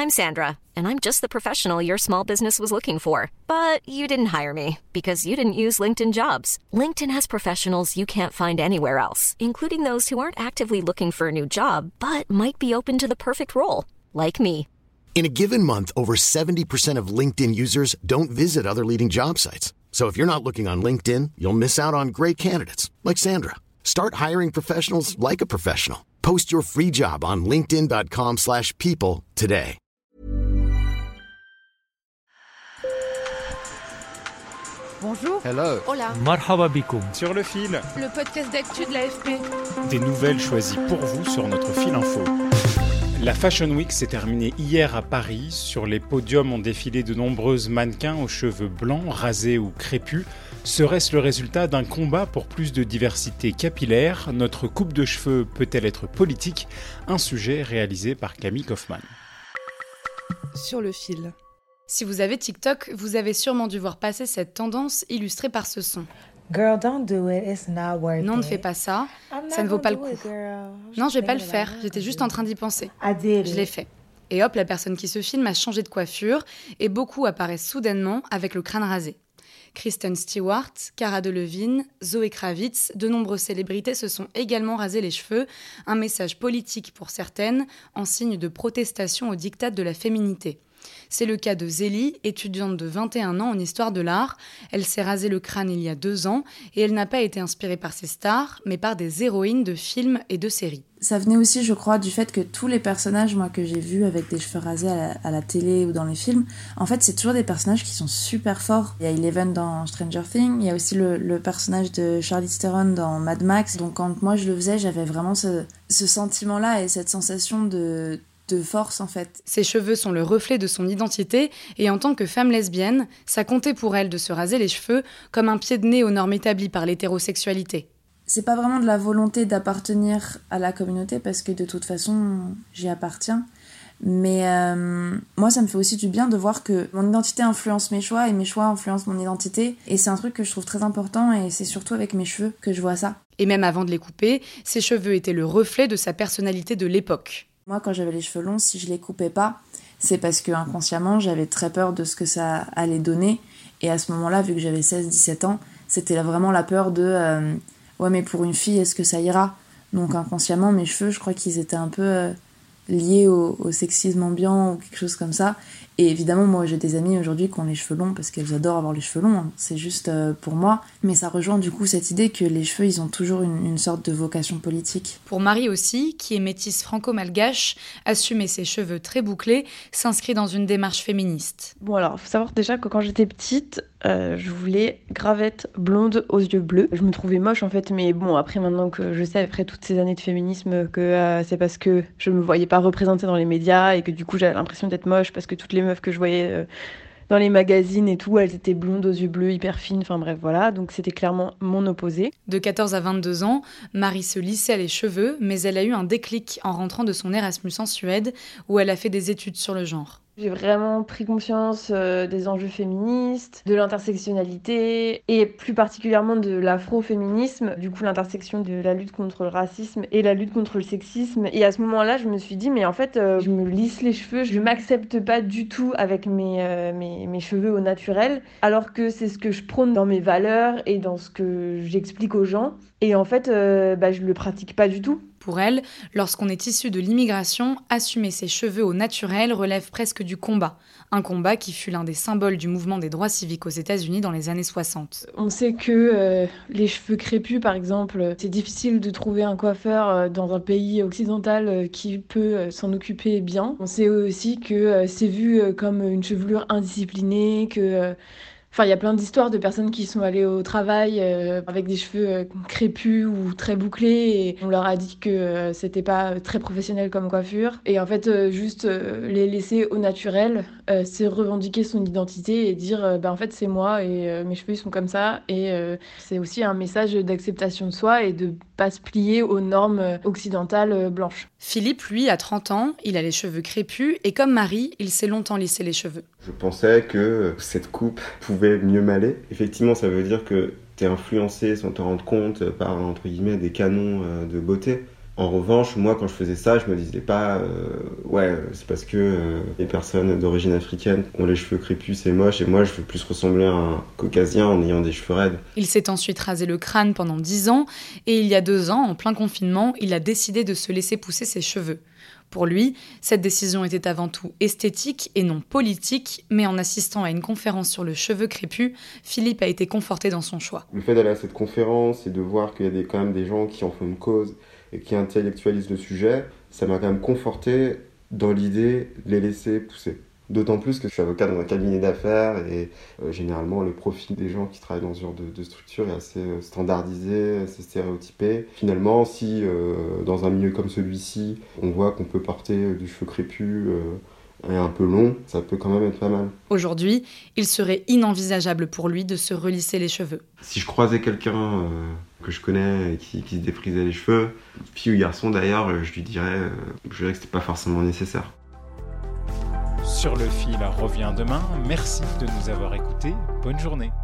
I'm Sandra, and I'm just the professional your small business was looking for. But you didn't hire me because you didn't use LinkedIn Jobs. LinkedIn has professionals you can't find anywhere else, including those who aren't actively looking for a new job, but might be open to the perfect role, like me. In a given month, over 70% of LinkedIn users don't visit other leading job sites. So if you're not looking on LinkedIn, you'll miss out on great candidates like Sandra. Start hiring professionals like a professional. Post your free job on linkedin.com/people today. Bonjour. Hello. Hola. Marhaba bikoum. Sur le fil. Le podcast d'actu de l'AFP. Des nouvelles choisies pour vous sur notre fil info. La Fashion Week s'est terminée hier à Paris. Sur les podiums ont défilé de nombreuses mannequins aux cheveux blancs, rasés ou crépus. Serait-ce le résultat d'un combat pour plus de diversité capillaire ? Notre coupe de cheveux peut-elle être politique ? Un sujet réalisé par Camille Kaufmann. Sur le fil. Si vous avez TikTok, vous avez sûrement dû voir passer cette tendance illustrée par ce son. Girl, don't do it, it's not worth it. Non, ne fais pas ça, ça ne vaut pas le coup. Non, je vais pas le faire, j'étais juste en train d'y penser. Je l'ai fait. Et hop, la personne qui se filme a changé de coiffure et beaucoup apparaissent soudainement avec le crâne rasé. Kristen Stewart, Cara Delevingne, Zoé Kravitz, de nombreuses célébrités se sont également rasé les cheveux, un message politique pour certaines, en signe de protestation au diktat de la féminité. C'est le cas de Zélie, étudiante de 21 ans en histoire de l'art. Elle s'est rasé le crâne il y a 2 ans et elle n'a pas été inspirée par ses stars, mais par des héroïnes de films et de séries. Ça venait aussi, je crois, du fait que tous les personnages, moi, que j'ai vus avec des cheveux rasés à la télé ou dans les films, en fait, c'est toujours des personnages qui sont super forts. Il y a Eleven dans Stranger Things, il y a aussi le personnage de Charlize Theron dans Mad Max. Donc quand moi je le faisais, j'avais vraiment ce sentiment-là et cette sensation de force en fait. Ses cheveux sont le reflet de son identité et en tant que femme lesbienne, ça comptait pour elle de se raser les cheveux comme un pied de nez aux normes établies par l'hétérosexualité. C'est pas vraiment de la volonté d'appartenir à la communauté parce que de toute façon j'y appartiens. Mais moi ça me fait aussi du bien de voir que mon identité influence mes choix et mes choix influencent mon identité. Et c'est un truc que je trouve très important et c'est surtout avec mes cheveux que je vois ça. Et même avant de les couper, ses cheveux étaient le reflet de sa personnalité de l'époque. Moi, quand j'avais les cheveux longs, si je les coupais pas, c'est parce que inconsciemment, j'avais très peur de ce que ça allait donner. Et à ce moment-là, vu que j'avais 16-17 ans, c'était vraiment la peur de ouais, mais pour une fille, est-ce que ça ira ? Donc inconsciemment, mes cheveux, je crois qu'ils étaient un peu liés au sexisme ambiant ou quelque chose comme ça. Et évidemment, moi, j'ai des amies aujourd'hui qui ont les cheveux longs parce qu'elles adorent avoir les cheveux longs. Hein. C'est juste pour moi. Mais ça rejoint du coup cette idée que les cheveux, ils ont toujours une sorte de vocation politique. Pour Marie aussi, qui est métisse franco-malgache, assumer ses cheveux très bouclés s'inscrit dans une démarche féministe. Bon alors, faut savoir déjà que quand j'étais petite, je voulais gravette blonde aux yeux bleus. Je me trouvais moche en fait, mais bon, après maintenant que je sais, après toutes ces années de féminisme, que c'est parce que je me voyais pas représentée dans les médias et que du coup j'avais l'impression d'être moche parce que toutes les meufs que je voyais dans les magazines et tout, elles étaient blondes aux yeux bleus, hyper fines, enfin bref, voilà. Donc c'était clairement mon opposé. De 14 à 22 ans, Marie se lissait les cheveux, mais elle a eu un déclic en rentrant de son Erasmus en Suède, où elle a fait des études sur le genre. J'ai vraiment pris conscience des enjeux féministes, de l'intersectionnalité et plus particulièrement de l'afroféminisme, du coup l'intersection de la lutte contre le racisme et la lutte contre le sexisme. Et à ce moment-là, je me suis dit, mais en fait, je me lisse les cheveux, je m'accepte pas du tout avec mes cheveux au naturel, alors que c'est ce que je prône dans mes valeurs et dans ce que j'explique aux gens. Et en fait, je le pratique pas du tout. Pour elle, lorsqu'on est issu de l'immigration, assumer ses cheveux au naturel relève presque du combat. Un combat qui fut l'un des symboles du mouvement des droits civiques aux États-Unis dans les années 60. On sait que les cheveux crépus, par exemple, c'est difficile de trouver un coiffeur dans un pays occidental qui peut s'en occuper bien. On sait aussi que c'est vu comme une chevelure indisciplinée, que... Enfin, il y a plein d'histoires de personnes qui sont allées au travail avec des cheveux crépus ou très bouclés et on leur a dit que c'était pas très professionnel comme coiffure. Et en fait, juste les laisser au naturel, c'est revendiquer son identité et dire en fait c'est moi et mes cheveux ils sont comme ça. Et c'est aussi un message d'acceptation de soi et de pas se plier aux normes occidentales blanches. Philippe, lui, a 30 ans, il a les cheveux crépus et comme Marie, il s'est longtemps lissé les cheveux. Je pensais que cette coupe pouvait mieux m'aller. Effectivement, ça veut dire que t'es influencé sans te rendre compte par, entre guillemets, des canons de beauté. En revanche, moi, quand je faisais ça, je me disais pas c'est parce que les personnes d'origine africaine ont les cheveux crépus, c'est moche, et moi, je veux plus ressembler à un caucasien en ayant des cheveux raides. Il s'est ensuite rasé le crâne pendant 10 ans, et il y a 2 ans, en plein confinement, il a décidé de se laisser pousser ses cheveux. Pour lui, cette décision était avant tout esthétique et non politique, mais en assistant à une conférence sur le cheveu crépus, Philippe a été conforté dans son choix. Le fait d'aller à cette conférence et de voir qu'il y a quand même des gens qui en font une cause et qui intellectualisent le sujet, ça m'a quand même conforté dans l'idée de les laisser pousser. D'autant plus que je suis avocat dans un cabinet d'affaires et généralement le profil des gens qui travaillent dans ce genre de structure est assez standardisé, assez stéréotypé. Finalement, si dans un milieu comme celui-ci, on voit qu'on peut porter du cheveu crépus et un peu long, ça peut quand même être pas mal. Aujourd'hui, il serait inenvisageable pour lui de se relisser les cheveux. Si je croisais quelqu'un que je connais et qui se défrisait les cheveux, fille ou garçon d'ailleurs, je lui dirais que c'était pas forcément nécessaire. Sur le fil revient demain. Merci de nous avoir écoutés. Bonne journée.